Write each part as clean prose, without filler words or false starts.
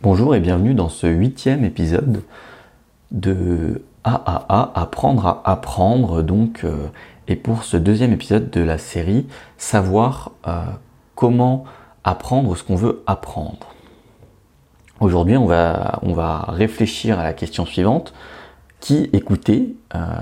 Bonjour et bienvenue dans ce 8e épisode de AAA, Apprendre à apprendre, et pour ce 2e épisode de la série, savoir comment apprendre ce qu'on veut apprendre. Aujourd'hui, on va réfléchir à la question suivante, qui écouter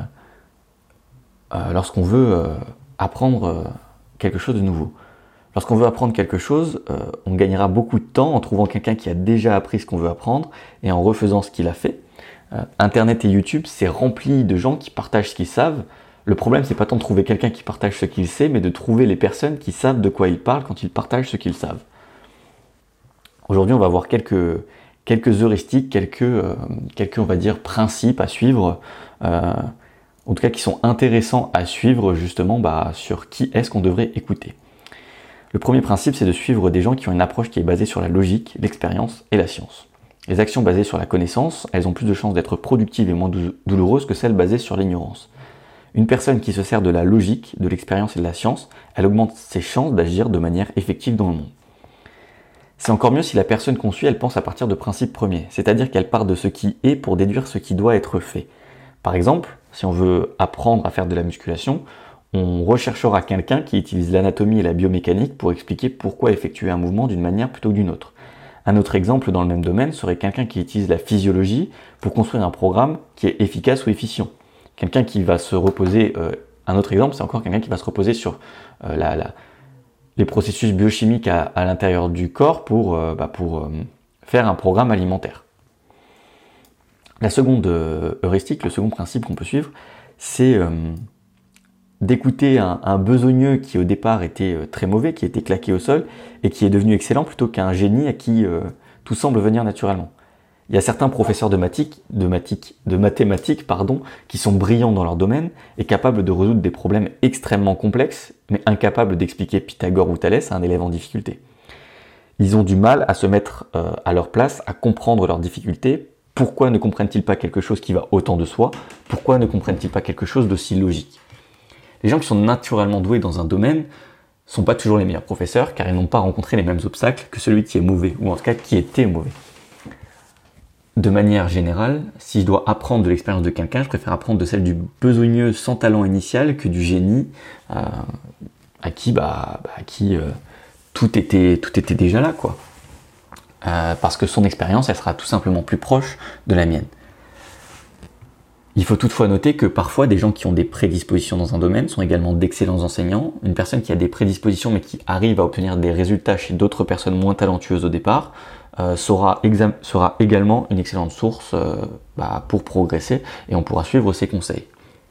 lorsqu'on veut apprendre quelque chose de nouveau. Lorsqu'on veut apprendre quelque chose, on gagnera beaucoup de temps en trouvant quelqu'un qui a déjà appris ce qu'on veut apprendre et en refaisant ce qu'il a fait. Internet et YouTube, c'est rempli de gens qui partagent ce qu'ils savent. Le problème, c'est pas tant de trouver quelqu'un qui partage ce qu'il sait, mais de trouver les personnes qui savent de quoi ils parlent quand ils partagent ce qu'ils savent. Aujourd'hui, on va voir quelques heuristiques, quelques on va dire, principes à suivre, en tout cas qui sont intéressants à suivre justement sur qui est-ce qu'on devrait écouter. Le premier principe, c'est de suivre des gens qui ont une approche qui est basée sur la logique, l'expérience et la science. Les actions basées sur la connaissance, elles ont plus de chances d'être productives et moins douloureuses que celles basées sur l'ignorance. Une personne qui se sert de la logique, de l'expérience et de la science, elle augmente ses chances d'agir de manière effective dans le monde. C'est encore mieux si la personne qu'on suit, elle pense à partir de principes premiers, c'est-à-dire qu'elle part de ce qui est pour déduire ce qui doit être fait. Par exemple, si on veut apprendre à faire de la musculation, on recherchera quelqu'un qui utilise l'anatomie et la biomécanique pour expliquer pourquoi effectuer un mouvement d'une manière plutôt que d'une autre. Un autre exemple dans le même domaine serait quelqu'un qui utilise la physiologie pour construire un programme qui est efficace ou efficient. Quelqu'un qui va se reposer, un autre exemple, c'est encore quelqu'un qui va se reposer sur les processus biochimiques à l'intérieur du corps pour faire un programme alimentaire. La seconde heuristique, le second principe qu'on peut suivre, c'est d'écouter un besogneux qui au départ était très mauvais, qui était claqué au sol et qui est devenu excellent plutôt qu'un génie à qui tout semble venir naturellement. Il y a certains professeurs de mathématiques, qui sont brillants dans leur domaine et capables de résoudre des problèmes extrêmement complexes, mais incapables d'expliquer Pythagore ou Thalès à un élève en difficulté. Ils ont du mal à se mettre à leur place, à comprendre leurs difficultés. Pourquoi ne comprennent-ils pas quelque chose qui va autant de soi ? Pourquoi ne comprennent-ils pas quelque chose d'aussi logique ? Les gens qui sont naturellement doués dans un domaine ne sont pas toujours les meilleurs professeurs car ils n'ont pas rencontré les mêmes obstacles que celui qui est mauvais, ou en tout cas qui était mauvais. De manière générale, si je dois apprendre de l'expérience de quelqu'un, je préfère apprendre de celle du besogneux sans talent initial que du génie à qui tout était déjà là, quoi. Parce que son expérience, elle sera tout simplement plus proche de la mienne. Il faut toutefois noter que parfois des gens qui ont des prédispositions dans un domaine sont également d'excellents enseignants. Une personne qui a des prédispositions mais qui arrive à obtenir des résultats chez d'autres personnes moins talentueuses au départ sera également une excellente source pour progresser et on pourra suivre ses conseils.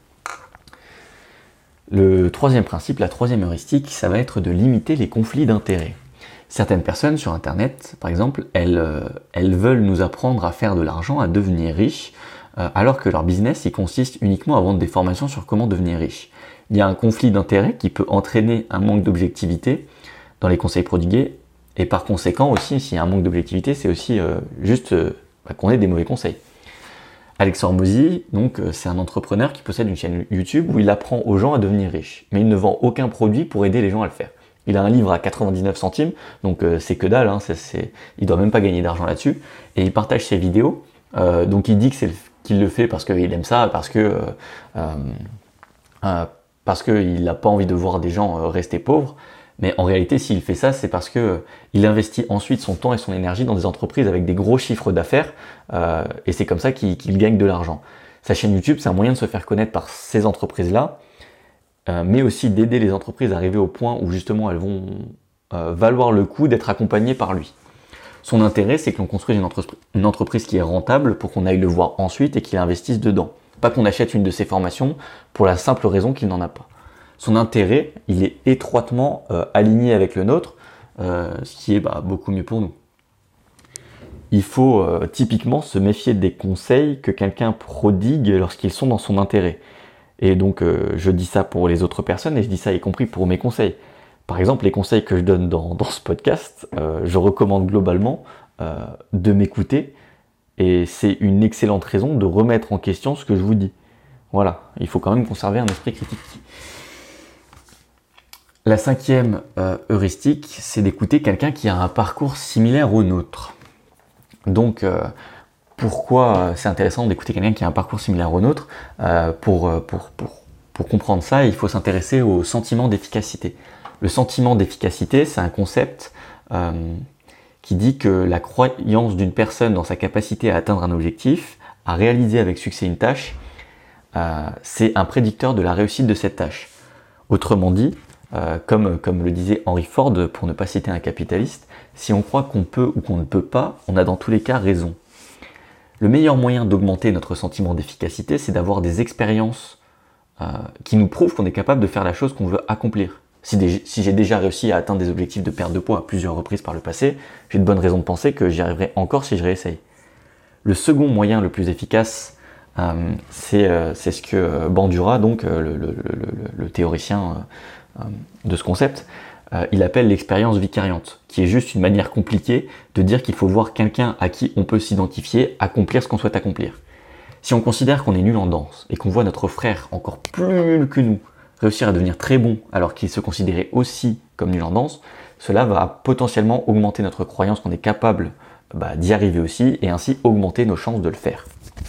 Le troisième principe, la troisième heuristique, ça va être de limiter les conflits d'intérêts. Certaines personnes sur Internet, par exemple, elles veulent nous apprendre à faire de l'argent, à devenir riches, alors que leur business il consiste uniquement à vendre des formations sur comment devenir riche. Il y a un conflit d'intérêts qui peut entraîner un manque d'objectivité dans les conseils prodigués, et par conséquent aussi, s'il y a un manque d'objectivité, c'est aussi qu'on ait des mauvais conseils. Alex Hormozy, c'est un entrepreneur qui possède une chaîne YouTube où il apprend aux gens à devenir riches, mais il ne vend aucun produit pour aider les gens à le faire. Il a un livre à 99 centimes, donc c'est que dalle, il doit même pas gagner d'argent là-dessus, et il partage ses vidéos, donc il dit qu'il le fait parce qu'il aime ça, parce qu'il n'a pas envie de voir des gens rester pauvres, mais en réalité s'il fait ça, c'est parce qu'il investit ensuite son temps et son énergie dans des entreprises avec des gros chiffres d'affaires, et c'est comme ça qu'il gagne de l'argent. Sa chaîne YouTube, c'est un moyen de se faire connaître par ces entreprises-là, mais aussi d'aider les entreprises à arriver au point où justement elles vont valoir le coup d'être accompagnées par lui. Son intérêt, c'est que l'on construise une entreprise qui est rentable pour qu'on aille le voir ensuite et qu'il investisse dedans. Pas qu'on achète une de ses formations pour la simple raison qu'il n'en a pas. Son intérêt, il est étroitement aligné avec le nôtre, ce qui est beaucoup mieux pour nous. Il faut typiquement se méfier des conseils que quelqu'un prodigue lorsqu'ils sont dans son intérêt. Et donc je dis ça pour les autres personnes et je dis ça y compris pour mes conseils. Par exemple, les conseils que je donne dans ce podcast, je recommande globalement de m'écouter et c'est une excellente raison de remettre en question ce que je vous dis. Voilà, il faut quand même conserver un esprit critique. La cinquième heuristique, c'est d'écouter quelqu'un qui a un parcours similaire au nôtre. Donc, pourquoi c'est intéressant d'écouter quelqu'un qui a un parcours similaire au nôtre? Pour comprendre ça, il faut s'intéresser au sentiment d'efficacité. Le sentiment d'efficacité, c'est un concept qui dit que la croyance d'une personne dans sa capacité à atteindre un objectif, à réaliser avec succès une tâche, c'est un prédicteur de la réussite de cette tâche. Autrement dit, comme le disait Henry Ford, pour ne pas citer un capitaliste, si on croit qu'on peut ou qu'on ne peut pas, on a dans tous les cas raison. Le meilleur moyen d'augmenter notre sentiment d'efficacité, c'est d'avoir des expériences qui nous prouvent qu'on est capable de faire la chose qu'on veut accomplir. Si j'ai déjà réussi à atteindre des objectifs de perte de poids à plusieurs reprises par le passé, j'ai de bonnes raisons de penser que j'y arriverai encore si je réessaye. Le second moyen le plus efficace, c'est ce que Bandura, donc le théoricien de ce concept, il appelle l'expérience vicariante, qui est juste une manière compliquée de dire qu'il faut voir quelqu'un à qui on peut s'identifier accomplir ce qu'on souhaite accomplir. Si on considère qu'on est nul en danse et qu'on voit notre frère encore plus nul que nous réussir à devenir très bon alors qu'il se considérait aussi comme nul en danse, cela va potentiellement augmenter notre croyance qu'on est capable d'y arriver aussi et ainsi augmenter nos chances de le faire.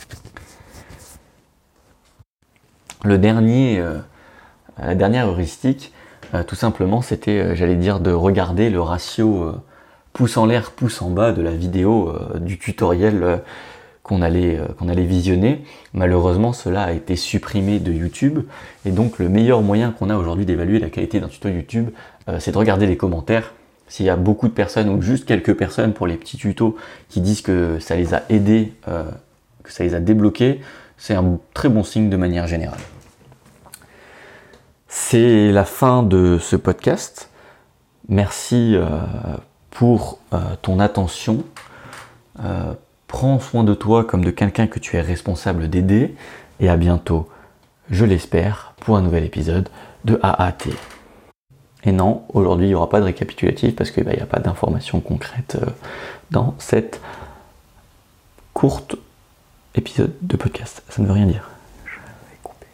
La dernière heuristique, tout simplement, c'était, de regarder le ratio pouce en l'air, pouce en bas de la vidéo du tutoriel qu'on allait visionner. Malheureusement, cela a été supprimé de YouTube. Et donc, le meilleur moyen qu'on a aujourd'hui d'évaluer la qualité d'un tuto YouTube, c'est de regarder les commentaires. S'il y a beaucoup de personnes ou juste quelques personnes pour les petits tutos qui disent que ça les a aidés, que ça les a débloqués, c'est un très bon signe de manière générale. C'est la fin de ce podcast. Merci pour ton attention. Prends soin de toi comme de quelqu'un que tu es responsable d'aider. Et à bientôt, je l'espère, pour un nouvel épisode de AAT. Et non, aujourd'hui, il n'y aura pas de récapitulatif parce qu'il n'y a pas d'informations concrètes dans cette courte épisode de podcast. Ça ne veut rien dire. Je vais couper.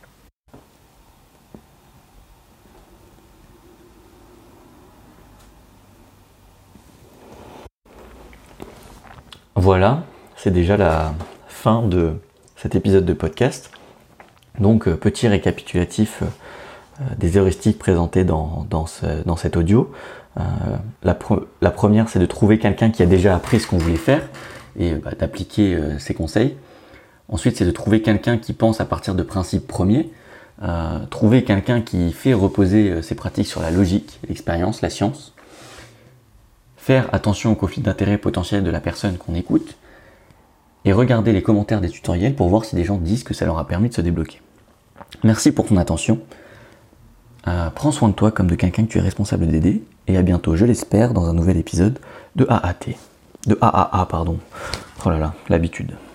Voilà, c'est déjà la fin de cet épisode de podcast. Donc, petit récapitulatif des heuristiques présentées dans cet audio. La première, c'est de trouver quelqu'un qui a déjà appris ce qu'on voulait faire et d'appliquer ses conseils. Ensuite, c'est de trouver quelqu'un qui pense à partir de principes premiers. Trouver quelqu'un qui fait reposer ses pratiques sur la logique, l'expérience, la science. Faire attention aux conflits d'intérêt potentiels de la personne qu'on écoute. Et regarder les commentaires des tutoriels pour voir si des gens disent que ça leur a permis de se débloquer. Merci pour ton attention. Prends soin de toi comme de quelqu'un que tu es responsable d'aider. Et à bientôt, je l'espère, dans un nouvel épisode de AAT. De AAA, pardon. Oh là là, l'habitude.